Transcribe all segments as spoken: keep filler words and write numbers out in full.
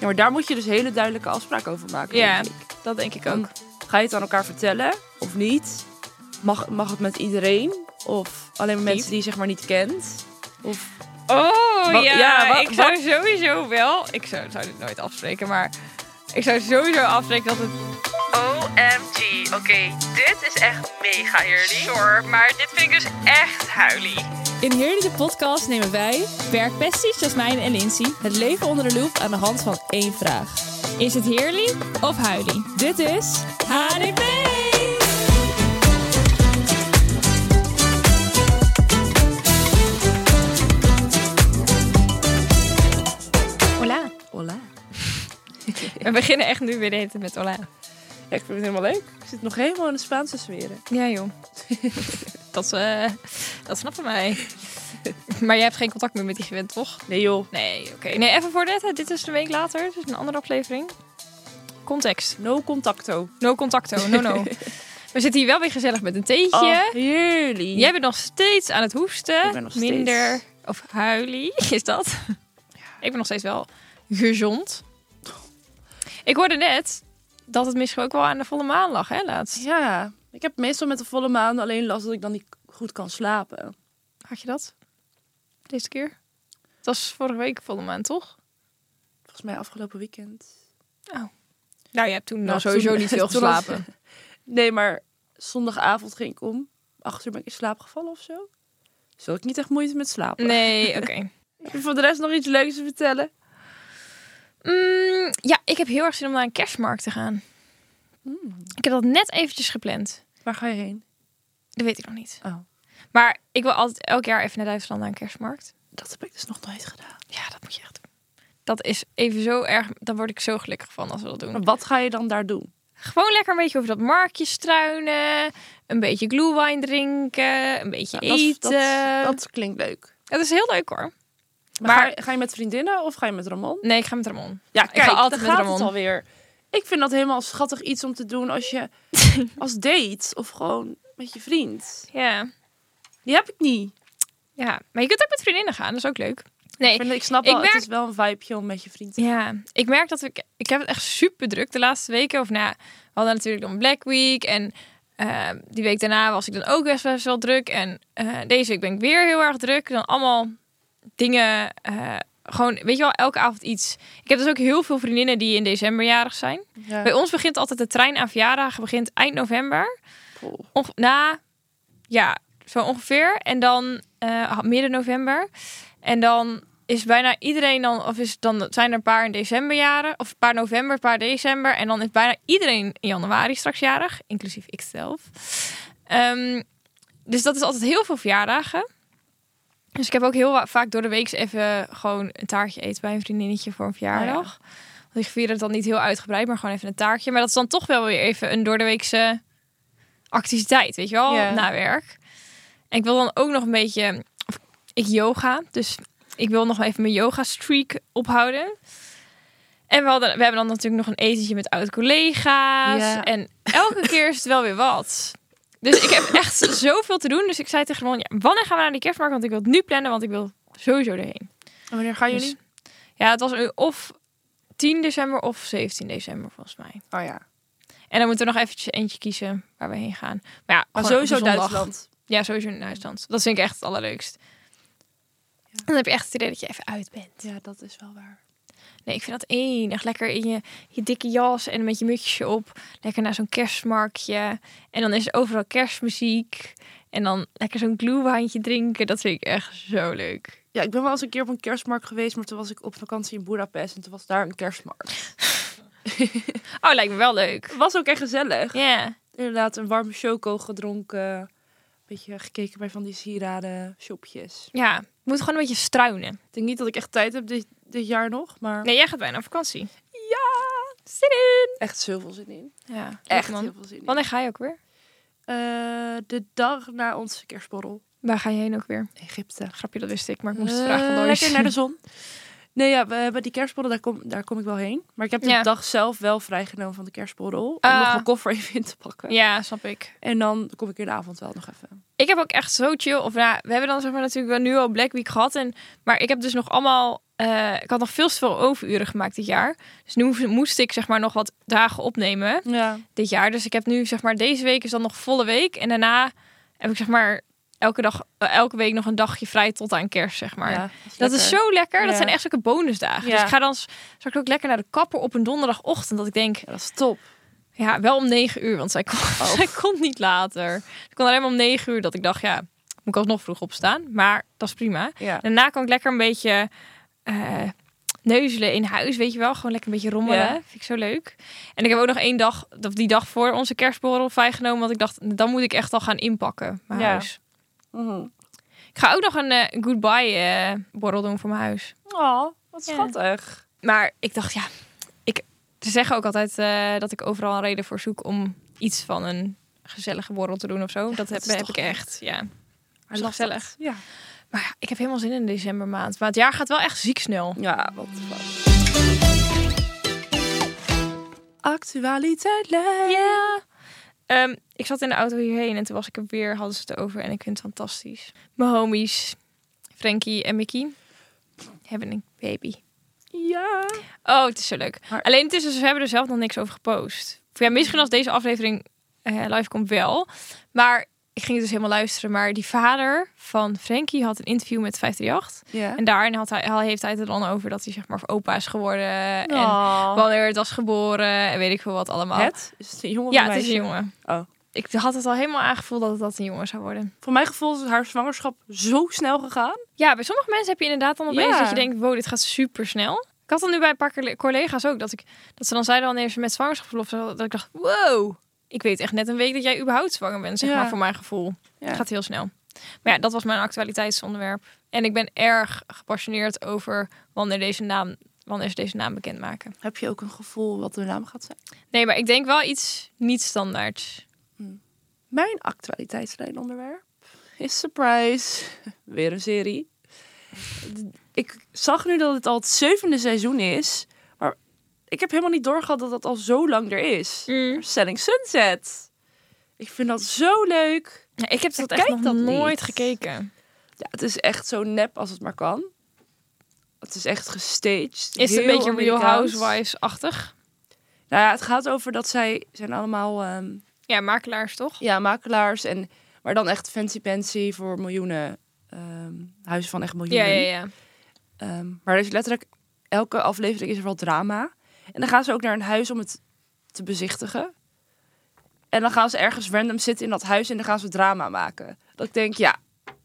Ja, maar daar moet je dus hele duidelijke afspraken over maken. Ja, denk ik. dat denk ik Dan ook. ga je het aan elkaar vertellen of niet? Mag, mag het met iedereen? Of alleen maar Niet. mensen die je zeg maar niet kent? Of... Oh Wat- ja, ja, wat- ik zou sowieso wel... Ik zou, zou dit nooit afspreken, maar... Ik zou sowieso afspreken dat het... O M G, oké, dit is echt mega eerlijk. Sure, maar dit vind ik dus echt huilie. In Heerly de podcast nemen wij, werkpesties Jasmijn en Lindsay, het leven onder de loep aan de hand van één vraag. Is het heerly of huilie? Dit is H D P! Hola. Hola. We beginnen echt nu weer de hele tijd met hola. Ja, ik vind het helemaal leuk. Ik zit nog helemaal in de Spaanse sferen. Ja joh. dat, uh, dat snappen wij. Maar jij hebt geen contact meer met die gewend, toch? Nee joh, Nee, oké. Nee, even voor dit. Dit is een week later. Dit is een andere aflevering. Context. no contacto. No contacto. No, no. We zitten hier wel weer gezellig met een theetje. Oh, heerlijk. Jij bent nog steeds aan het hoesten. Ik ben nog steeds. Minder. Of huilie. Is dat? Ik ben nog steeds wel gezond. Ik hoorde net dat het misschien ook wel aan de volle maan lag, hè, laatst. Ja, ik heb meestal met de volle maan alleen last dat ik dan niet goed kan slapen. Had je dat? Deze keer? Het was vorige week volle maan, toch? Volgens mij afgelopen weekend. Nou, je hebt toen Nou, nog sowieso toen- niet veel toen was- geslapen. Nee, maar zondagavond ging ik om. Acht uur ben ik in slaap gevallen of zo. Dus had ik niet echt moeite met slapen. Nee, oké. Heb je voor de rest nog iets leuks te vertellen? Mm, ja, ik heb heel erg zin om naar een kerstmarkt te gaan. Ik heb dat net eventjes gepland. Waar ga je heen? Dat weet ik nog niet. Oh, Maar ik wil altijd elk jaar even naar Duitsland naar een kerstmarkt. dat heb ik dus nog nooit gedaan. Ja, dat moet je echt doen. Dat is even zo erg... Daar word ik zo gelukkig van als we dat doen. Maar wat ga je dan daar doen? Gewoon lekker een beetje over dat marktje struinen. Een beetje glühwein drinken. Een beetje Nou, dat, eten. dat, dat klinkt leuk. Het is heel leuk hoor. Maar Maar- ga, je, ga je met vriendinnen of ga je met Ramon? Nee, ik ga met Ramon. Ja, Ik kijk, ga altijd daar met gaat Ramon. het alweer. Ik vind dat helemaal schattig iets om te doen als je als date of gewoon met je vriend. Ja. Die heb ik niet. Ja, maar je kunt ook met vriendinnen gaan. Dat is ook leuk. Nee, Ik, vind, ik snap ik wel, merk- het is wel een vibeje om met je vriend te gaan. ja, ik merk dat ik... Ik heb het echt super druk de laatste weken. Of nou, ja, we hadden natuurlijk dan Black Week. En eh, die week daarna was ik dan ook best best wel druk. En eh, deze week ben ik weer heel erg druk. Dan allemaal dingen... eh, gewoon, weet je wel, elke avond iets. Ik heb dus ook heel veel vriendinnen die in december jarig zijn. Ja. Bij ons begint altijd de trein aan verjaardagen. Begint eind november. Poh. Onge- na, ja, zo ongeveer. En dan eh, midden november. En dan is bijna iedereen dan, of is dan zijn er een paar in december jaren, of een paar november, een paar december. En dan is bijna iedereen in januari straks jarig, inclusief ikzelf. Um, dus dat is altijd heel veel verjaardagen. Dus ik heb ook heel wa- vaak door de week even gewoon een taartje eten bij een vriendinnetje voor een verjaardag. Want ik vier het dan niet heel uitgebreid, maar gewoon even een taartje. Maar dat is dan toch wel weer even een doordeweekse activiteit, weet je wel, Ja. na werk. En ik wil dan ook nog een beetje... Ik yoga, dus ik wil nog even mijn yoga streak ophouden. En we, hadden, we hebben dan natuurlijk nog een etentje met oud-collega's. Ja. En elke keer is het wel weer wat. Dus ik heb echt zoveel te doen. Dus ik zei tegen Ramon, ja, wanneer gaan we naar die kerstmarkt? Want ik wil het nu plannen, want ik wil sowieso erheen. En wanneer gaan Dus- jullie? Ja, het was nu of tien december of zeventien december volgens mij. Oh ja. En dan moeten we nog eventjes eentje kiezen waar we heen gaan. Maar ja, Maar gewoon op sowieso de zondag. Duitsland. Ja, sowieso in Duitsland. Dat vind ik echt het allerleukst. Dan heb je echt het idee dat je even uit bent. Ja, dat is wel waar. Nee, ik vind dat enig. Lekker in je, je dikke jas en met je mutsje op. Lekker naar zo'n kerstmarktje. En dan is er overal kerstmuziek. En dan lekker zo'n glühweintje drinken. Dat vind ik echt zo leuk. Ja, ik ben wel eens een keer op een kerstmarkt geweest, maar toen was ik op vakantie in Budapest en toen was daar een kerstmarkt. Oh, lijkt me wel leuk. Het was ook echt gezellig. Ja. Inderdaad, een warme choco gedronken. Een beetje gekeken bij van die sieraden shopjes. Ja, je moet gewoon een beetje struinen. Ik denk niet dat ik echt tijd heb dit, dit jaar nog, maar Nee, jij gaat bijna op vakantie. ja, Zin in! echt zoveel zin in. Ja, Echt man. heel veel zin in. Wanneer ga je ook weer? Eh, de dag na onze kerstborrel. Waar ga je heen ook weer? Egypte. Grapje, dat wist ik, maar ik moest het Eh, vragen van Lois. lekker naar de zon. Nee, ja, we hebben die kerstborrel, daar kom, daar kom ik wel heen. Maar ik heb de Ja. dag zelf wel vrijgenomen van de kerstborrel. Om Ah. nog mijn koffer even in te pakken. Ja, snap ik. En dan kom ik in de avond wel nog even. Ik heb ook echt zo chill. Of ja, we hebben dan zeg maar natuurlijk wel nu al Black Week gehad. En, maar ik heb dus nog allemaal Uh, ik had nog veel te veel overuren gemaakt dit jaar. Dus nu moest ik zeg maar nog wat dagen opnemen ja. dit jaar. Dus ik heb nu zeg maar deze week is dan nog volle week. En daarna heb ik zeg maar elke dag, uh, elke week nog een dagje vrij tot aan kerst zeg maar. Ja, dat, is dat is zo lekker. Ja. Dat zijn echt zulke bonusdagen. Ja. Dus ik ga dan straks ook lekker naar de kapper op een donderdagochtend. Dat ik denk, Ja, dat is top. ja, wel om negen uur. Want zij kon, Oh. zij kon niet later. Ik kon alleen maar om negen uur dat ik dacht, ja, moet ik alsnog vroeg opstaan. Maar dat is prima. Ja. Daarna kan ik lekker een beetje uh, neuzelen in huis, weet je wel. Gewoon lekker een beetje rommelen. Ja. Vind ik zo leuk. En ik heb ook nog één dag, of die dag voor onze kerstborrel vrijgenomen. Want ik dacht, dan moet ik echt al gaan inpakken, mijn Ja. huis. Mm-hmm. Ik ga ook nog een uh, goodbye uh, borrel doen voor mijn huis. Oh, wat Ja. schattig. Maar ik dacht, ja, ik, ze zeggen ook altijd uh, dat ik overal een reden voor zoek om iets van een gezellige borrel te doen of zo. Ja, dat heb, dat is heb toch ik echt, ja. Maar is lach gezellig. dat. Ja. Maar ja, ik heb helemaal zin in de decembermaand. Maar het jaar gaat wel echt ziek snel. Ja, wat fuck. Actualiteit. Ja. Um, ik zat in de auto hierheen en toen was ik er weer, hadden ze het over en ik vind het fantastisch. Mijn homies, Frankie en Mickey, hebben een baby. Ja. Oh, het is zo leuk. Maar- Alleen het is dus, we hebben er zelf nog niks over gepost. Ja, misschien als deze aflevering uh, live komt wel. Maar ik ging het dus helemaal luisteren. Maar die vader van Frankie had een interview met vijf drie acht. Ja. En daarin had hij, heeft hij het er dan over dat hij zeg maar opa is geworden. En Oh. wanneer het was geboren en weet ik veel wat allemaal. Het? Is het een jongen of Ja, een het is meisje? een jongen. Oh. Ik had het al helemaal aangevoeld dat het dat een jongen zou worden. Voor mijn gevoel is haar zwangerschap zo snel gegaan. Ja, bij sommige mensen heb je inderdaad dan opeens Ja. dat je denkt, wow, dit gaat super snel. Ik had dan nu bij een paar collega- collega's ook, dat, ik, dat ze dan zeiden wanneer ze met zwangerschapsverlof, dat ik dacht, wow, ik weet echt net een week dat jij überhaupt zwanger bent, zeg Ja. maar, voor mijn gevoel. Ja. Het gaat heel snel. Maar ja, dat was mijn actualiteitsonderwerp. En ik ben erg gepassioneerd over wanneer, deze naam, wanneer ze deze naam bekendmaken. Heb je ook een gevoel wat de naam gaat zijn? Nee, maar ik denk wel iets niet standaards. Mijn actualiteitslijnonderwerp is surprise. Weer een serie. Ik zag nu dat het al het zevende seizoen is. Maar ik heb helemaal niet doorgehad dat dat al zo lang er is. Mm. Selling Sunset. Ik vind dat zo leuk. Ja, ik heb dat Ik echt kijk nog dat nooit niet. gekeken. Ja, het is echt zo nep als het maar kan. Het is echt gestaged. Is het een Heel beetje Real Amerikaans. Housewives-achtig? Nou ja, het gaat over dat zij zijn allemaal ehm, Ja, makelaars toch? ja, makelaars. En, maar dan echt fancy pansy voor miljoenen. ehm, huizen van echt Ja, miljoenen. ja, ja. Ehm, maar er is letterlijk elke aflevering is er wel drama. En dan gaan ze ook naar een huis om het te bezichtigen. En dan gaan ze ergens random zitten in dat huis en dan gaan ze drama maken. Dat ik denk, ja,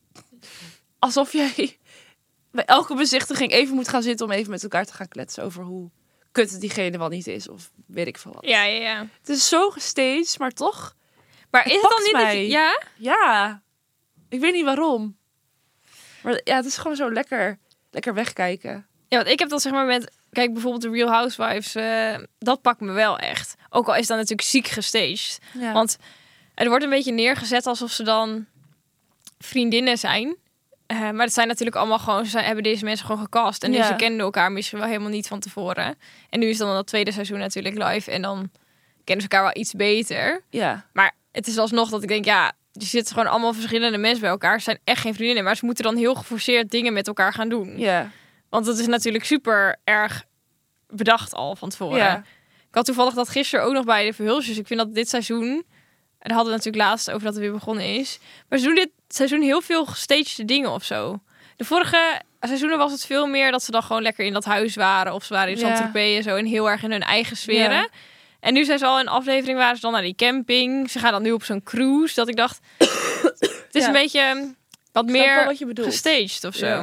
alsof jij bij elke bezichtiging even moet gaan zitten om even met elkaar te gaan kletsen over hoe kut het diegene wel niet is. Of weet ik veel wat. Ja, ja, ja. Het is zo gestaged, maar toch, Maar is het dan pakt niet dat mij. je- Ja? ja. Ik weet niet waarom. Maar ja, het is gewoon zo lekker, lekker wegkijken. Ja, want ik heb dat zeg maar met... Kijk, bijvoorbeeld de Real Housewives. eh, dat pakt me wel echt. Ook al is dat natuurlijk ziek gestaged. Ja. Want er wordt een beetje neergezet alsof ze dan vriendinnen zijn. Eh, maar het zijn natuurlijk allemaal gewoon... Ze zijn- hebben deze mensen gewoon gecast. En dus Ja. ze kenden elkaar misschien wel helemaal niet van tevoren. En nu is dan dat tweede seizoen natuurlijk live. En dan kennen ze elkaar wel iets beter. ja. Maar het is alsnog dat ik denk, ja... Er zitten gewoon allemaal verschillende mensen bij elkaar. Ze zijn echt geen vriendinnen. Maar ze moeten dan heel geforceerd dingen met elkaar gaan doen. Ja. Want het is natuurlijk super erg bedacht al van tevoren. Ja. Ik had toevallig dat gisteren ook nog bij de Verhulsjes. Ik vind dat dit seizoen... En daar hadden we natuurlijk laatst over dat het weer begonnen is. Maar ze doen dit seizoen heel veel gestaged dingen of zo. De vorige seizoenen was het veel meer dat ze dan gewoon lekker in dat huis waren. Of ze waren in Ja. Saint-Tropez en zo. En heel erg in hun eigen sferen. Ja. En nu zijn ze al in een aflevering waren ze dan naar die camping. Ze gaan dan nu op zo'n cruise. Dat ik dacht... het is Ja. een beetje wat Ik snap wel meer wat je bedoelt. gestaged of zo. Ja.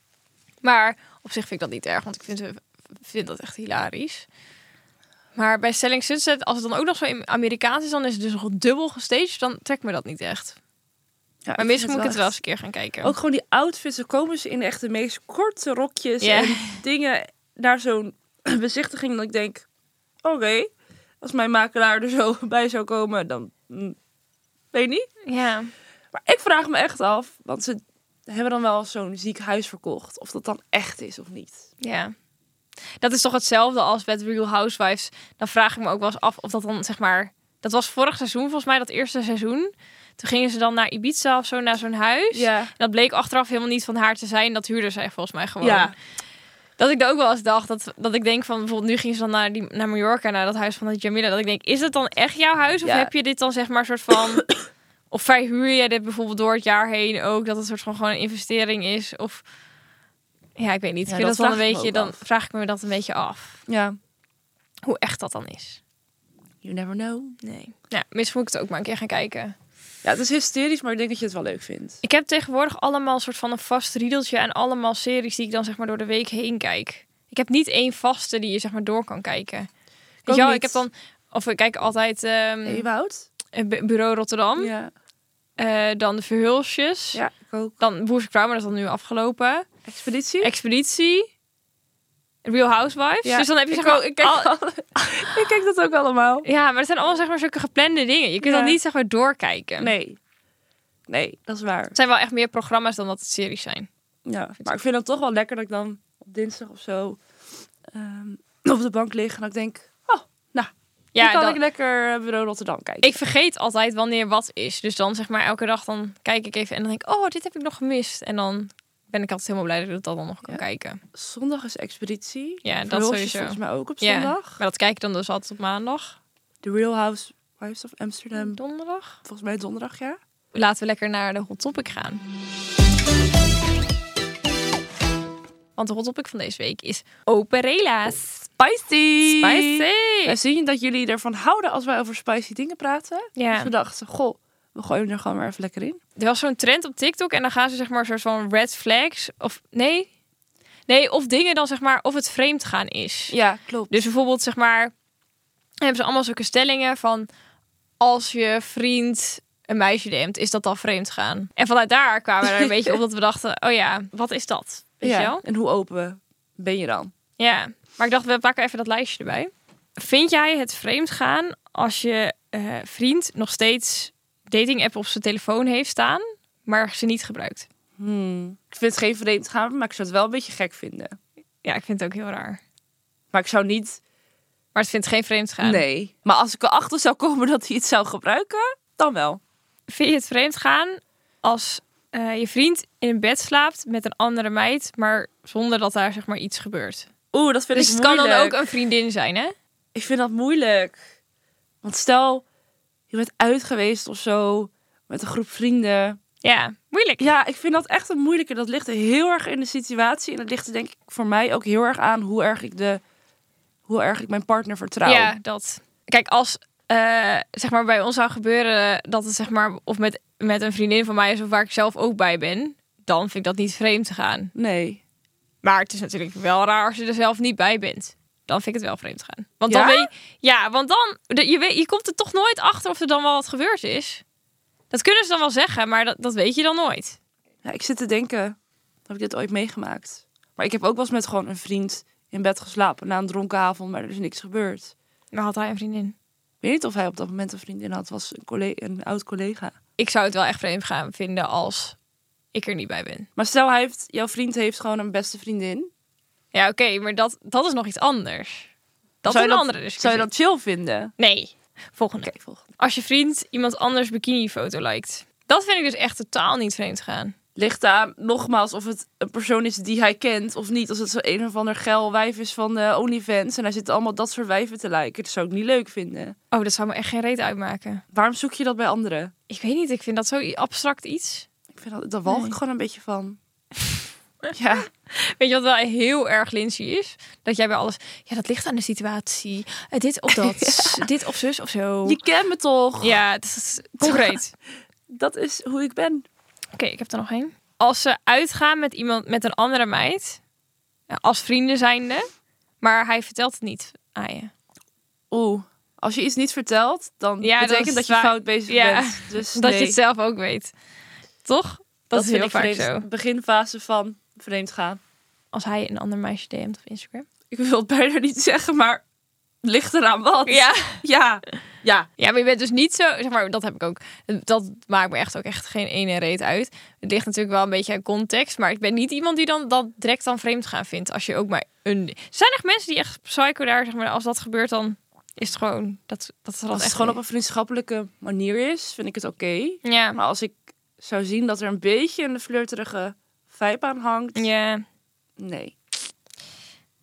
Maar op zich vind ik dat niet erg. Want ik vind, vind dat echt hilarisch. Maar bij Selling Sunset, als het dan ook nog zo in Amerikaans is, dan is het dus nog dubbel gestaged. Dan trekt me dat niet echt. Ja, Maar ik misschien vind moet ik het wel eens echt- een keer gaan kijken. Ook gewoon die outfits. Dan komen ze in echt de meest korte rokjes Ja. en dingen naar zo'n bezichtiging. Dat ik denk, oké, als mijn makelaar er zo bij zou komen, dan mm, weet ik niet. Ja. Maar ik vraag me echt af, want ze hebben dan wel zo'n ziek huis verkocht. Of dat dan echt is of niet. Ja. Dat is toch hetzelfde als met Real Housewives. Dan vraag ik me ook wel eens af of dat dan, zeg maar... Dat was vorig seizoen, volgens mij, dat eerste seizoen. Toen gingen ze dan naar Ibiza of zo, naar zo'n huis. Ja. En dat bleek achteraf helemaal niet van haar te zijn. Dat huurde zij volgens mij gewoon. Ja. Dat ik er ook wel eens dacht, dat, dat ik denk van... bijvoorbeeld nu ging ze dan naar, die, naar Mallorca, naar dat huis van de Jamila. Dat ik denk, is het dan echt jouw huis? Of Ja. heb je dit dan zeg maar soort van... of verhuur je dit bijvoorbeeld door het jaar heen ook? Dat het soort van gewoon een investering is? Of... Ja, ik weet niet. Ja, Ik vind dat dat wel een vraag ik me beetje... ook Dan af. vraag ik me dat een beetje af. Ja. Hoe echt dat dan is. You never know. Nee. Ja, misschien moet ik het ook maar een keer gaan kijken. Ja, het is hysterisch, maar ik denk dat je het wel leuk vindt. Ik heb tegenwoordig allemaal een soort van een vast riedeltje... en allemaal series die ik dan zeg maar door de week heen kijk. Ik heb niet één vaste die je zeg maar door kan kijken. Weet ook je wel, niet. ik heb dan... Of ik kijk altijd ehm, Ewoud? eh, Bu- Bureau Rotterdam. Ja. Eh, dan de Verhulsjes. Ja, ik ook. Dan Boerse Crown, maar dat is dan nu afgelopen. Expeditie? Expeditie. Real Housewives. Ja, Dus dan heb je ik zeg maar... ook- ik kijk al- alle- ik kijk dat ook allemaal. Ja, maar het zijn allemaal zeg maar zulke geplande dingen. Je kunt Ja. dat niet zeg maar doorkijken. Nee. Nee, dat is waar. Het zijn wel echt meer programma's dan dat het series zijn. Ja, maar ik vind het toch wel lekker dat ik dan op dinsdag of zo ehm, op de bank lig en dat ik denk, oh, nou, Ja, dan kan dan- ik lekker eh, Bureau Rotterdam kijken. Ik vergeet altijd wanneer wat is. Dus dan zeg maar elke dag dan kijk ik even en dan denk ik, oh, dit heb ik nog gemist. En dan ben ik altijd helemaal blij dat ik dat dan nog kan Ja. kijken. Zondag is Expeditie. Ja, dat Verhulsjes sowieso. volgens mij ook op Ja, zondag. maar dat kijk ik dan dus altijd op maandag. The Real Housewives of Amsterdam. Donderdag. Volgens mij donderdag, ja. Laten we lekker naar de hot topic gaan. Want de hot topic van deze week is open rela's. Spicy! Spicy! We zien dat jullie ervan houden als wij over spicy dingen praten. Ja. Dus we dachten, goh, we gooien er gewoon maar even lekker in. Er was zo'n trend op TikTok en dan gaan ze zeg maar een soort van red flags. Of nee? Nee, of dingen dan zeg maar of het vreemd gaan is. Ja, klopt. Dus bijvoorbeeld zeg maar hebben ze allemaal zulke stellingen van als je vriend een meisje D M't, is dat dan vreemd gaan? En vanuit daar kwamen we er een beetje op dat we dachten, oh ja, wat is dat? Weet ja. je wel? En hoe open ben je dan? Ja, maar ik dacht, we pakken even dat lijstje erbij. Vind jij het vreemd gaan als je eh, vriend nog steeds dating app op zijn telefoon heeft staan, maar ze niet gebruikt? Hmm. Ik vind het geen vreemd gaan, maar ik zou het wel een beetje gek vinden. Ja, ik vind het ook heel raar. Maar ik zou niet... Maar het vindt geen vreemd gaan. Nee. Maar als ik erachter zou komen dat hij het zou gebruiken, dan wel. Vind je het vreemd gaan als eh, je vriend in een bed slaapt met een andere meid, maar zonder dat daar zeg maar iets gebeurt? Oeh, dat vind Dus ik het kan moeilijk. dan ook een vriendin zijn, hè? Ik vind dat moeilijk. Want stel, je bent uit geweest of zo met een groep vrienden. Ja, moeilijk. Ja, ik vind dat echt een moeilijke. Dat ligt er heel erg in de situatie. En dat ligt er denk ik voor mij ook heel erg aan hoe erg ik, de, hoe erg ik mijn partner vertrouw. Ja, dat. Kijk, als eh, zeg maar bij ons zou gebeuren dat het zeg maar of met, met een vriendin van mij is of waar ik zelf ook bij ben, dan vind ik dat niet vreemd te gaan. Nee. Maar het is natuurlijk wel raar als je er zelf niet bij bent. Dan vind ik het wel vreemd te gaan. Want Ja? dan weet je, ja, want dan de- je weet, je komt er toch nooit achter of er dan wel wat gebeurd is. Dat kunnen ze dan wel zeggen, maar dat, dat weet je dan nooit. Ja, ik zit te denken, heb ik dit ooit meegemaakt? Maar ik heb ook wel eens met gewoon een vriend in bed geslapen na een dronken avond, maar er is niks gebeurd. Maar had hij een vriendin? Ik weet niet of hij op dat moment een vriendin had. Het was een, collega, een oud collega. Ik zou het wel echt vreemd gaan vinden als ik er niet bij ben. Maar stel, hij heeft, jouw vriend heeft gewoon een beste vriendin. Ja, oké, maar dat, dat is nog iets anders. Dat zou is je een dat, andere discussie. Zou je dat chill vinden? Nee. Volgende. Oké, volgende. Als je vriend iemand anders bikinifoto liked. Dat vind ik dus echt totaal niet vreemd gaan. Ligt aan, nogmaals, of het een persoon is die hij kent of niet. Als het zo een of ander geil wijf is van de OnlyFans en hij zit allemaal dat soort wijven te liken. Dat zou ik niet leuk vinden. Oh, dat zou me echt geen reet uitmaken. Waarom zoek je dat bij anderen? Ik weet niet, ik vind dat zo abstract iets. Ik vind dat, daar walg ik Nee. gewoon een beetje van. Ja, Weet je wat wel heel erg Lindsay is? Dat jij bij alles... Ja, dat ligt aan de situatie. Eh, dit of dat. Dit of zus of zo. je kent me toch? Ja, het is concreet. Dat is hoe ik ben. Oké, ik heb er nog één. Als ze uitgaan met iemand, met een andere meid, ja, als vrienden zijnde, maar hij vertelt het niet aan je. Oeh, als je iets niet vertelt, dan Ja, dat betekent is dat, je waar. fout bezig Ja, bent. Dus Dat nee, je het zelf ook weet. Toch? Dat, is vind heel ik vaak vreemd. zo. Beginfase van vreemd gaan. Als hij een ander meisje D M't op Instagram. Ik wil het bijna niet zeggen, maar ligt eraan wat. Ja. Ja. Ja. Ja, maar je bent dus niet zo... Zeg maar, dat heb ik ook. Dat maakt me echt ook echt geen ene reet uit. Het ligt natuurlijk wel een beetje aan context. Maar ik ben niet iemand die dan dat direct dan vreemd gaan vindt. Als je ook maar een... Er zijn echt mensen die echt psycho daar, zeg maar, als dat gebeurt, dan is het gewoon... Dat, dat is dan Als het echt gewoon op een vriendschappelijke manier is, vind ik het oké. Ja. Maar als ik zou zien dat er een beetje een flirterige vibe aan hangt, Ja. nee.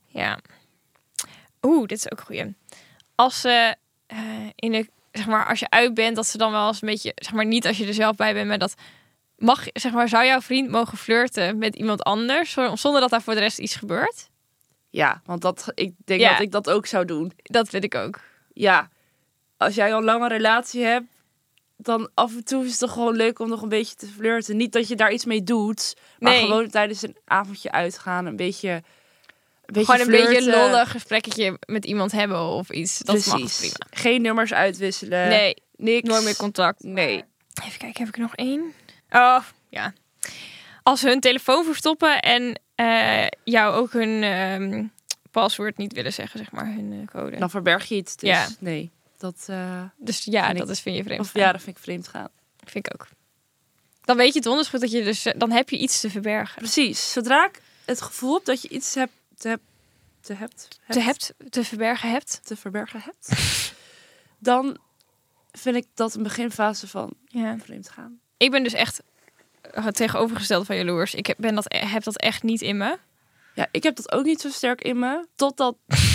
Ja. Oeh, dit is ook een goeie. Als ze uh, in de, zeg maar, als je uit bent, dat ze dan wel eens een beetje, zeg maar, niet als je er zelf bij bent, maar dat mag, zeg maar, zou jouw vriend mogen flirten met iemand anders, zonder dat daar voor de rest iets gebeurt? Ja, want dat, ik denk Ja. dat ik dat ook zou doen. Dat vind ik ook. Ja, als jij al een lange relatie hebt, dan af en toe is het toch gewoon leuk om nog een beetje te flirten. Niet dat je daar iets mee doet, maar Nee. gewoon tijdens een avondje uitgaan, een beetje, een beetje Gewoon een flirten. beetje lollig gesprekketje met iemand hebben of iets. Dat Precies. mag prima. Geen nummers uitwisselen. Nee, Niks. nooit meer contact. Nee. Even kijken, heb ik er nog één? Oh, ja. Als ze hun telefoon verstoppen en uh, jou ook hun uh, paswoord niet willen zeggen, zeg maar, hun uh, code. Dan verberg je iets. Dus Ja. nee. Dat, uh, Dus ja, vind dat ik- is vind je vreemd. of, gaan. ja, dat vind ik vreemd gaan. Vind ik ook. Dan weet je het donders goed dat je dus, uh, dan heb je iets te verbergen. Precies. Zodra ik het gevoel heb dat je iets hebt, te, heb, te, hebt, hebt, Te hebt, te verbergen hebt. te verbergen hebt, dan vind ik dat een beginfase van Ja. vreemd gaan. Ik ben dus echt het tegenovergestelde van jaloers. Ik heb, ben dat, heb dat echt niet in me. Ja, ik heb dat ook niet zo sterk in me. Totdat...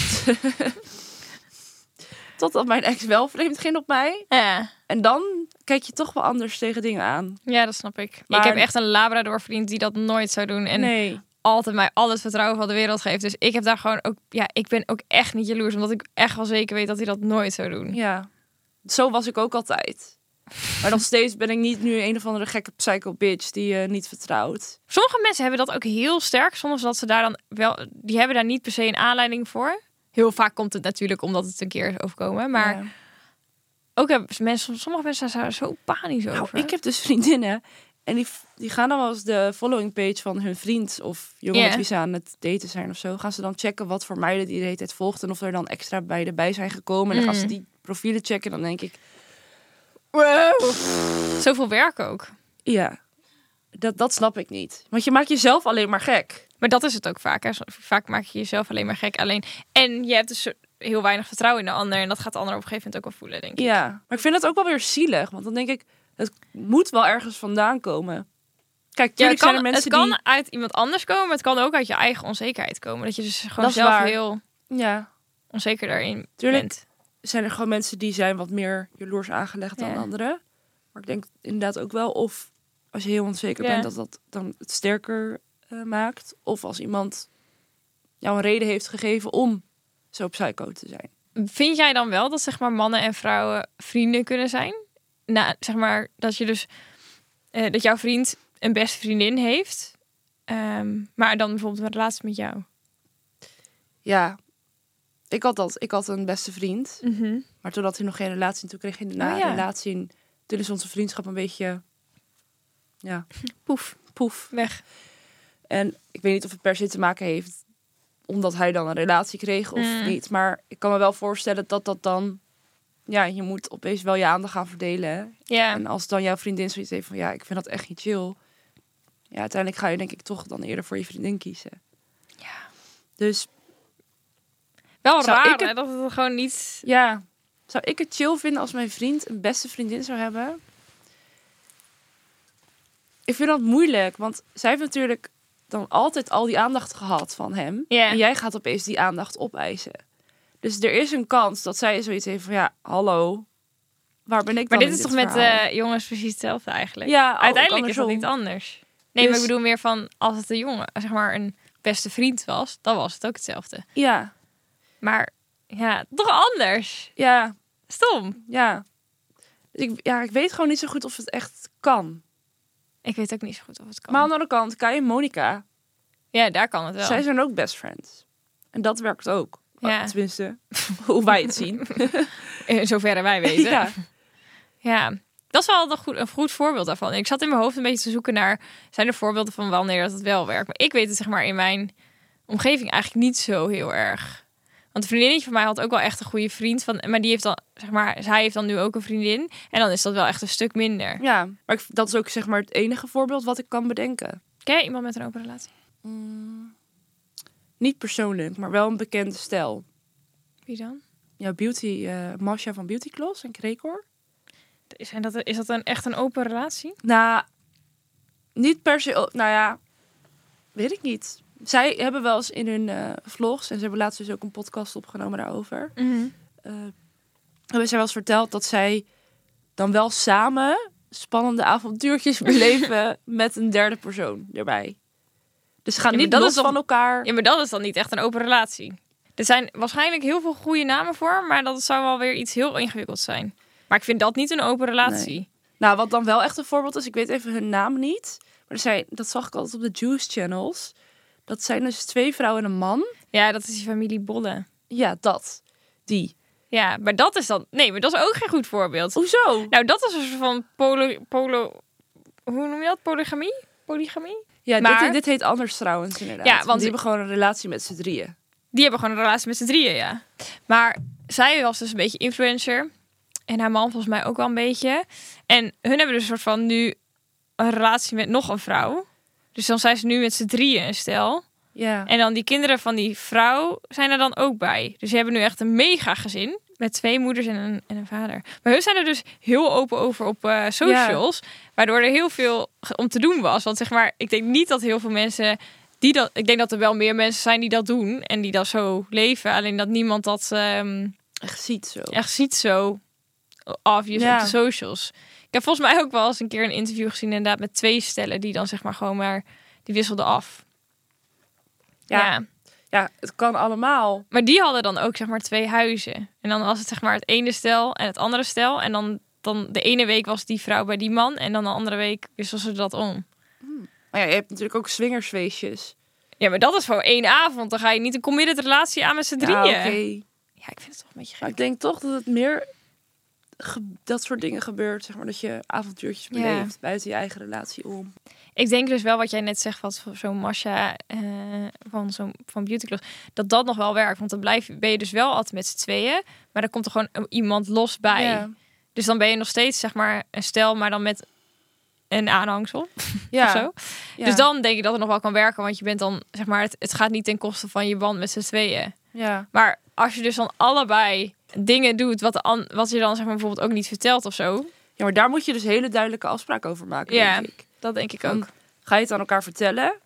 totdat mijn ex wel vreemd ging op mij. Ja. En dan kijk je toch wel anders tegen dingen aan. Ja, dat snap ik. Maar- Ik heb echt een Labrador vriend die dat nooit zou doen. En nee. altijd mij al het vertrouwen van de wereld geeft. Dus ik heb daar gewoon ook... Ja, ik ben ook echt niet jaloers. Omdat ik echt wel zeker weet dat hij dat nooit zou doen. Ja. Zo was ik ook altijd. Maar nog steeds ben ik niet nu een of andere gekke psycho bitch die je niet vertrouwt. Sommige mensen hebben dat ook heel sterk. Zonder dat ze daar dan wel... Die hebben daar niet per se een aanleiding voor. Heel vaak komt het natuurlijk omdat het een keer is overkomen. Maar Ja. ook hebben mensen... Sommige mensen zijn daar zo panisch Nou, over. ik heb dus vriendinnen. En die, die gaan dan wel eens de following page van hun vriend of jongen Ja. met wie ze aan het daten zijn of zo. Gaan ze dan checken wat voor meiden die de hele tijd volgt. En of er dan extra bij bij zijn gekomen. En dan gaan ze Mm. die profielen checken. Dan denk ik, Wow. Zoveel werk ook. ja, dat, dat snap ik niet. Want je maakt jezelf alleen maar gek. Maar dat is het ook vaak. Hè. Vaak maak je jezelf alleen maar gek. Alleen. En je hebt dus heel weinig vertrouwen in de ander. En dat gaat de ander op een gegeven moment ook wel voelen, denk ik. Ja, maar ik vind het ook wel weer zielig. Want dan denk ik, het moet wel ergens vandaan komen. Kijk, Ja, tuurlijk het kan, zijn er mensen het kan die... uit iemand anders komen. Maar het kan ook uit je eigen onzekerheid komen. Dat je dus gewoon Dat is zelf waar. heel Ja, onzeker daarin Tuurlijk. bent. zijn er gewoon mensen die zijn wat meer jaloers aangelegd dan Ja. anderen. Maar ik denk inderdaad ook wel of als je heel onzeker Ja. bent, dat dat dan het sterker uh, maakt. Of als iemand jou een reden heeft gegeven om zo psycho te zijn. Vind jij dan wel dat, zeg maar, mannen en vrouwen vrienden kunnen zijn? Nou, zeg maar, dat je dus... eh, dat jouw vriend een beste vriendin heeft. ehm, maar dan bijvoorbeeld een relatie met jou. Ja, ik had dat. Ik had een beste vriend. Maar toen had hij nog geen relatie. En toen kreeg hij daarna Oh, ja. een relatie. En toen is onze vriendschap een beetje... Ja, Poef, poef. weg. En ik weet niet of het per se te maken heeft omdat hij dan een relatie kreeg of Mm. niet. Maar ik kan me wel voorstellen dat dat dan... Ja, je moet opeens wel je aandacht gaan verdelen. Hè? Ja, En als dan jouw vriendin zoiets heeft van... Ja, ik vind dat echt niet chill. Ja, uiteindelijk ga je denk ik toch dan eerder voor je vriendin kiezen. Ja. Dus wel Zou raar ik het- hè, dat het gewoon niet... ja, zou ik het chill vinden als mijn vriend een beste vriendin zou hebben? Ik vind dat moeilijk, want zij heeft natuurlijk dan altijd al die aandacht gehad van hem. Ja. En jij gaat opeens die aandacht opeisen. Dus er is een kans dat zij zoiets heeft van... Ja, hallo, waar ben ik Maar dan dit in is toch met verhaal? uh, jongens precies hetzelfde eigenlijk? Ja, ook Uiteindelijk is dat andersom. niet anders. Nee, maar Dus- ik bedoel meer van... Als het een jongen, zeg maar, een beste vriend was... Dan was het ook hetzelfde. Ja, Maar ja, toch anders. ja, Stom. ja. Dus ik, ja, ik weet gewoon niet zo goed of het echt kan. Ik weet ook niet zo goed of het kan. Maar aan de andere kant, Kai en Monica, Ja, daar kan het wel. zij zijn ook best friends. En dat werkt ook. Ja. Tenminste, hoe wij het zien. In zoverre wij weten. Ja. Ja, dat is wel een goed, een goed voorbeeld daarvan. Ik zat in mijn hoofd een beetje te zoeken naar... Zijn er voorbeelden van wanneer dat het wel werkt? Maar ik weet het, zeg maar, in mijn omgeving eigenlijk niet zo heel erg. Want een vriendinnetje van mij had ook wel echt een goede vriend. Van, maar die heeft dan, zeg maar, zij heeft dan nu ook een vriendin. En dan is dat wel echt een stuk minder. Ja, maar ik, dat is ook zeg maar het enige voorbeeld wat ik kan bedenken. Ken je iemand met een open relatie? Niet persoonlijk, maar wel een bekende stijl. Wie dan? Ja, Beauty, eh Masha van Beauty Gloss en Krekor. Is dat, is dat een, echt een open relatie? Nou, niet per se... Nou ja, weet ik niet. zij hebben wel eens in hun uh, vlogs... en ze hebben laatst dus ook een podcast opgenomen daarover... Mm-hmm. Uh, hebben zij wel eens verteld dat zij dan wel samen... spannende avontuurtjes beleven met een derde persoon erbij. Dus ze gaan Ja, niet dat los is toch- van elkaar. Ja, maar dat is dan niet echt een open relatie. Er zijn waarschijnlijk heel veel goede namen voor, maar dat zou wel weer iets heel ingewikkelds zijn. Maar ik vind dat niet een open relatie. Nee. Nou, wat dan wel echt een voorbeeld is, ik weet even hun naam niet. Maar er zijn, dat zag ik altijd op de Juice Channels. Dat zijn dus twee vrouwen en een man. Ja, dat is die familie Bolle. Ja, dat. Die. Ja, maar dat is dan... Nee, maar dat is ook geen goed voorbeeld. Hoezo? Nou, dat is een soort van polo... polo hoe noem je dat? Polygamie? Polygamie? Ja, maar- dit, dit heet anders trouwens inderdaad. Ja, want want- die hebben gewoon een relatie met z'n drieën. Die hebben gewoon een relatie met z'n drieën, ja. Maar zij was dus een beetje influencer. En haar man volgens mij ook wel een beetje. En hun hebben dus een soort van nu een relatie met nog een vrouw. Dus dan zijn ze nu met z'n drieën een stel. Ja. En dan die kinderen van die vrouw zijn er dan ook bij. Dus ze hebben nu echt een mega gezin. Met twee moeders en een, en een vader. Maar hun zijn er dus heel open over op uh, socials. Ja. Waardoor er heel veel om te doen was. Want zeg maar, ik denk niet dat heel veel mensen... die dat. Ik denk dat er wel meer mensen zijn die dat doen. En die dat zo leven. Alleen dat niemand dat um, echt ziet zo. Echt ziet zo. Obvious ja. op de socials. Ik heb volgens mij ook wel eens een keer een interview gezien. Inderdaad met twee stellen. Die dan zeg maar gewoon maar... Die wisselden af. Ja. ja. Ja, het kan allemaal. Maar die hadden dan ook zeg maar twee huizen. En dan was het zeg maar het ene stel en het andere stel. En dan, dan de ene week was die vrouw bij die man. En dan de andere week wisselden ze dat om. Hmm. Maar ja, je hebt natuurlijk ook swingersfeestjes. Ja, maar dat is gewoon één avond. Dan ga je niet een committed relatie aan met z'n drieën. Ja, okay. Ja, ik vind het toch een beetje gek. Maar ik denk toch dat het meer ge- dat soort dingen gebeurt. Zeg maar, dat je avontuurtjes beleeft ja. buiten je eigen relatie om. Ik denk dus wel wat jij net zegt, wat zo'n Masha uh, van, zo'n, van Beauty Class, dat dat nog wel werkt. Want dan blijf, ben je dus wel altijd met z'n tweeën. Maar dan komt er gewoon iemand los bij. Ja. Dus dan ben je nog steeds zeg maar een stel, maar dan met een aanhangsel. Ja. of zo. Ja. Dus dan denk ik dat het nog wel kan werken. Want je bent dan, zeg maar, het, het gaat niet ten koste van je band met z'n tweeën. Ja. Maar als je dus dan allebei dingen doet wat, de an, wat je dan zeg maar bijvoorbeeld ook niet vertelt of zo. Ja, maar daar moet je dus hele duidelijke afspraken over maken, ja, denk ik. Dat denk ik dan ook. Ga je het aan elkaar vertellen?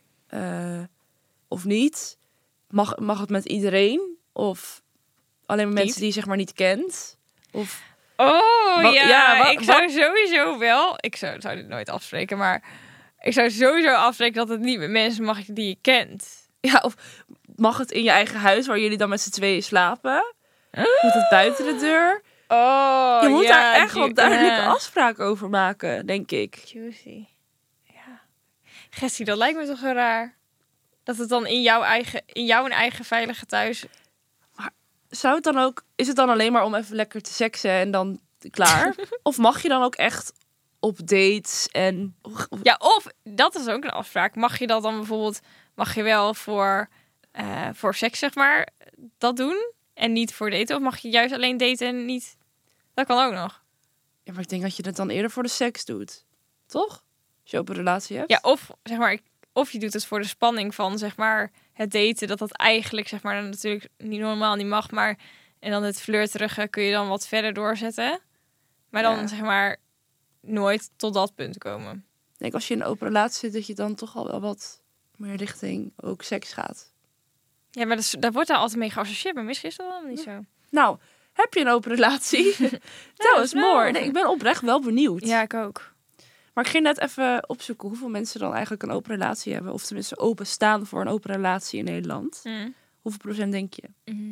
Uh, of niet? Mag, mag het met iedereen? Of alleen maar mensen die je zeg maar niet kent? Of... Oh wat, ja, ja wat, ik zou wat? sowieso wel... Ik zou, zou dit nooit afspreken, maar... Ik zou sowieso afspreken dat het niet met mensen mag die je kent. Ja, of mag het in je eigen huis waar jullie dan met z'n tweeën slapen? Uh? Moet het buiten de deur? Oh, je moet ja, daar echt wel duidelijke ja. afspraken over maken, denk ik. Juicy. Ja. Gestie, dat lijkt me toch zo raar. Dat het dan in jouw eigen, in jouw eigen veilige thuis... Maar zou het dan ook... Is het dan alleen maar om even lekker te seksen en dan klaar? Of mag je dan ook echt op dates en... Ja, of, dat is ook een afspraak. Mag je dat dan bijvoorbeeld... Mag je wel voor, uh, voor seks, zeg maar, dat doen? En niet voor daten? Of mag je juist alleen daten en niet... Dat kan ook nog. Ja, maar ik denk dat je het dan eerder voor de seks doet. Toch? Als je open relatie hebt. Ja, of, zeg maar, of je doet het voor de spanning van, zeg maar, het daten. Dat dat eigenlijk, zeg maar, natuurlijk niet normaal niet mag. Maar, en dan het flirterige kun je dan wat verder doorzetten. Maar dan, ja. zeg maar, nooit tot dat punt komen. Ik denk als je in een open relatie zit, dat je dan toch al wel wat meer richting ook seks gaat. Ja, maar dat, is, dat wordt daar altijd mee geassocieerd. Maar misschien is dat wel niet zo. Nou, heb je een open relatie? Tel eens more. Nee, ik ben oprecht wel benieuwd. Ja, ik ook. Maar ik ging net even opzoeken hoeveel mensen dan eigenlijk een open relatie hebben. Of tenminste openstaan voor een open relatie in Nederland. Mm. Hoeveel procent denk je?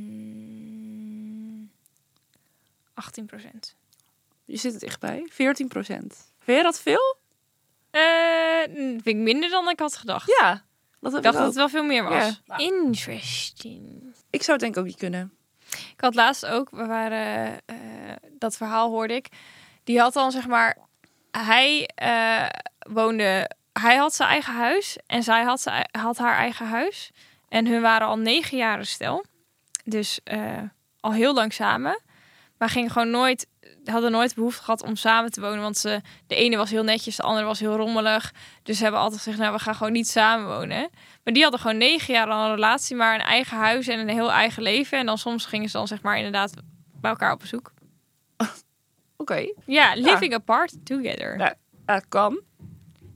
Mm, achttien procent. Je zit er dichtbij. veertien procent. Vind je dat veel? Uh, vind ik minder dan ik had gedacht. Ja. Dat heb ik dacht ik dat het wel veel meer was. Ja. Nou. Interesting. Ik zou het denk ik ook niet kunnen. Ik had laatst ook, we waren, uh, dat verhaal hoorde ik. Die had dan zeg maar, hij uh, woonde, hij had zijn eigen huis en zij had, zijn, had haar eigen huis. En hun waren al negen jaren stel. Dus uh, al heel lang samen. Maar gingen gewoon nooit, hadden nooit behoefte gehad om samen te wonen. Want ze, de ene was heel netjes, de andere was heel rommelig. Dus ze hebben altijd gezegd, nou we gaan gewoon niet samen wonen. Maar die hadden gewoon negen jaar al een relatie, maar een eigen huis en een heel eigen leven. En dan soms gingen ze dan zeg maar inderdaad bij elkaar op bezoek. Oké. Okay. Ja, living ja. apart together. Ja, dat kan.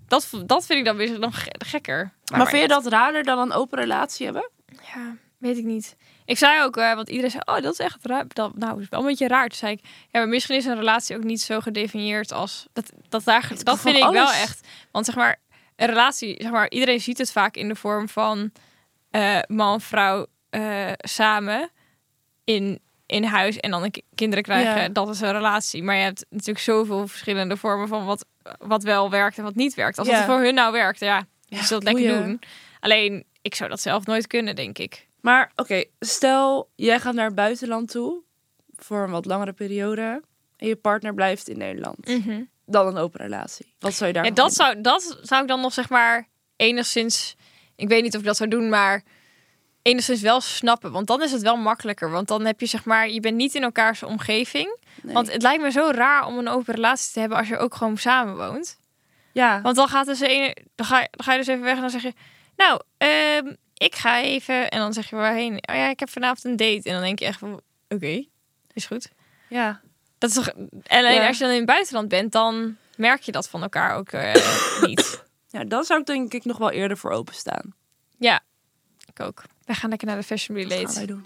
Dat, dat vind ik dan weer dan ge- gekker. Maar, maar vind je dat raarder dan een open relatie hebben? Ja, weet ik niet. Ik zei ook, uh, want iedereen zei, oh, dat is echt raar. Dat, nou, dat is wel een beetje raar. Toen zei ik, ja, maar misschien is een relatie ook niet zo gedefinieerd als... Dat, dat, daar, dat, dat vind ik alles. Wel echt. Want zeg maar, een relatie, zeg maar, iedereen ziet het vaak in de vorm van uh, man, vrouw uh, samen in, in huis en dan k- kinderen krijgen. Ja. Dat is een relatie. Maar je hebt natuurlijk zoveel verschillende vormen van wat, wat wel werkt en wat niet werkt. Als ja. het voor hun nou werkt, ja, ja ze dat lekker je. doen. Alleen, ik zou dat zelf nooit kunnen, denk ik. Maar oké, okay, stel jij gaat naar het buitenland toe voor een wat langere periode en je partner blijft in Nederland. Mm-hmm. Dan een open relatie. Wat zou je daar? Ja, dat zou, dat zou ik dan nog zeg maar enigszins, ik weet niet of ik dat zou doen, maar enigszins wel snappen. Want dan is het wel makkelijker. Want dan heb je zeg maar, je bent niet in elkaars omgeving. Nee. Want het lijkt me zo raar om een open relatie te hebben als je ook gewoon samen woont. Ja. Want dan gaat dus een, dan ga, dan ga je dus even weg en dan zeg je, nou, um, ik ga even. En dan zeg je waarheen? Oh ja, ik heb vanavond een date. En dan denk je echt van, oké, okay, is goed. Ja. Dat is toch. En alleen ja. als je dan in het buitenland bent, dan merk je dat van elkaar ook uh, niet. Ja, dan zou ik denk ik nog wel eerder voor openstaan. Ja, ik ook. We gaan lekker naar de Fashion Relate. Dat gaan wij doen.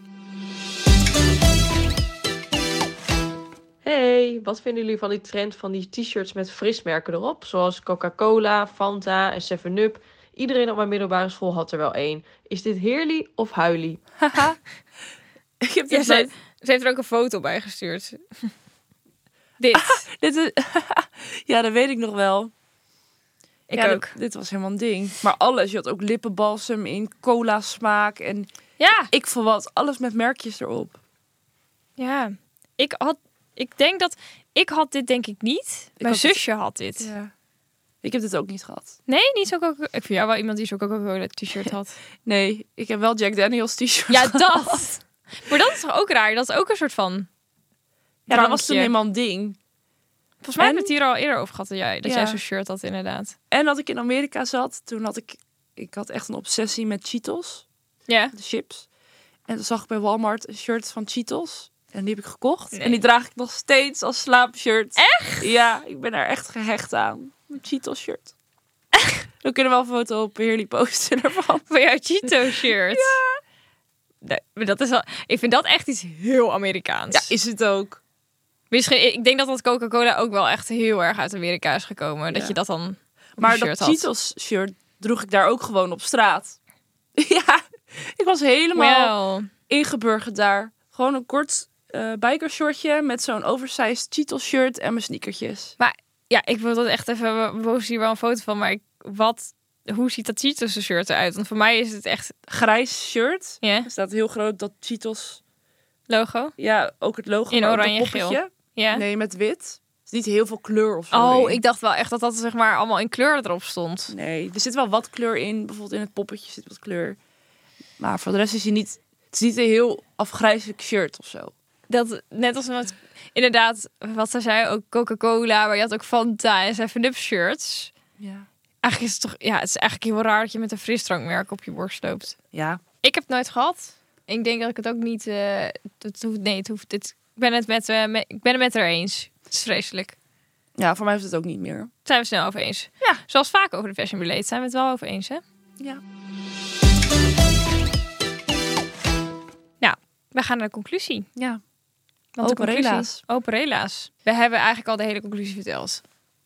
Hey, wat vinden jullie van die trend van die t-shirts met frismerken erop? Zoals Coca-Cola, Fanta en seven up. Iedereen op mijn middelbare school had er wel één. Is dit heerlijk of huilie? Haha. Ik heb ja, dit ze, ze heeft er ook een foto bij gestuurd. dit. Ah, dit is... ja, dat weet ik nog wel. Ik ja, ook. Dit, dit was helemaal een ding. Maar alles. Je had ook lippenbalsem in cola smaak. En ja. ik voor wat. Alles met merkjes erop. Ja. Ik had... Ik denk dat... Ik had dit denk ik niet. Ik Mijn had zusje het, had dit. Ja. Ik heb dit ook niet gehad. Nee, niet zo Coca-Cola. Ik vind jou wel iemand die zo'n Coca-Cola t-shirt had. Nee, ik heb wel Jack Daniels t-shirt Ja, gehad. dat. Maar dat is toch ook raar? Dat is ook een soort van... Ja, drankje. dat was toen helemaal een ding. Volgens mij en... hebben we het hier al eerder over gehad. Dat jij, dat ja. jij zo'n shirt had, inderdaad. En dat ik in Amerika zat, toen had ik... Ik had echt een obsessie met Cheetos. Ja. De chips. En toen zag ik bij Walmart een shirt van Cheetos. En die heb ik gekocht. Nee. En die draag ik nog steeds als slaapshirt. Echt? Ja, ik ben daar echt gehecht aan. Een Cheetos shirt. We kunnen wel een foto op Heerly posten ervan. Van jouw Cheetos shirt? Ja. Nee, dat is wel, ik vind dat echt iets heel Amerikaans. Ja, is het ook. Misschien, ik denk dat dat Coca-Cola ook wel echt heel erg uit Amerika is gekomen. Ja. Dat je dat dan op maar shirt dat had. Cheetos shirt droeg ik daar ook gewoon op straat. Ja, ik was helemaal well. ingeburgerd daar. Gewoon een kort uh, bikershortje met zo'n oversized Cheetos shirt en mijn sneakertjes. Maar ja, ik wil dat echt even... We posten hier wel een foto van, maar ik, wat... Hoe ziet dat Cheetos shirt eruit? Want voor mij is het echt... Grijs shirt. Ja. Er staat heel groot dat Cheetos... Logo? Ja, ook het logo. In oranje geel. Ja. Nee, met wit. Het is niet heel veel kleur of zo. Oh, erin. ik dacht wel echt dat dat zeg maar allemaal in kleur erop stond. Nee, er zit wel wat kleur in. Bijvoorbeeld in het poppetje zit wat kleur. Maar voor de rest is hij niet... Het is niet een heel afgrijzelijk shirt of zo. Dat, net als met... Inderdaad, wat zij zei, ook Coca-Cola. Maar je had ook Fanta en seven up shirts. Ja. Eigenlijk is het toch... Ja, het is eigenlijk heel raar dat je met een frisdrankmerk op je borst loopt. Ja. Ik heb het nooit gehad. Ik denk dat ik het ook niet... Uh, het hoeft, nee, het hoeft... Het, ik, ben het met, uh, met, ik ben het met haar eens. Het is vreselijk. Ja, voor mij hoeft het ook niet meer. Zijn we snel over eens. Ja. Zoals vaak over de Fashion Relate zijn we het wel over eens, hè? Ja. Nou, we gaan naar de conclusie. Ja. Want open de conclusie, rela's. Open rela's. We hebben eigenlijk al de hele conclusie verteld.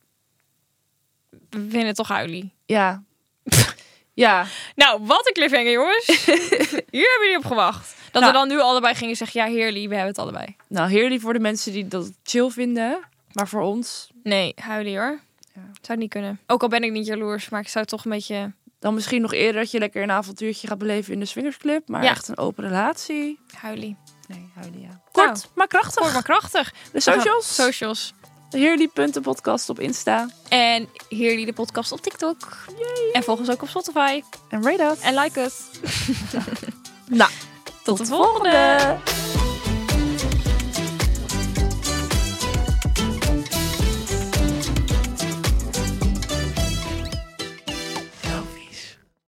We vinden het toch huilie. Ja. Ja. Nou, wat een cliffhanger, jongens. Hier hebben jullie op gewacht. Dat nou, we dan nu allebei gingen zeggen, ja, heerlijk, we hebben het allebei. Nou, heerlijk voor de mensen die dat chill vinden. Maar voor ons... Nee, huilie hoor. Ja. Zou niet kunnen. Ook al ben ik niet jaloers, maar ik zou toch een beetje... Dan misschien nog eerder dat je lekker een avontuurtje gaat beleven in de swingersclub. Maar ja. echt een open relatie. Huilie. Nee, huilie, ja. Kort, nou, maar krachtig. Kort, maar krachtig. De socials. Nou, socials. Heerly.podcast op Insta. En Heerly de podcast op TikTok. Yay. En volg ons ook op Spotify. En rate us. En like us. Nou, tot, tot de volgende. volgende.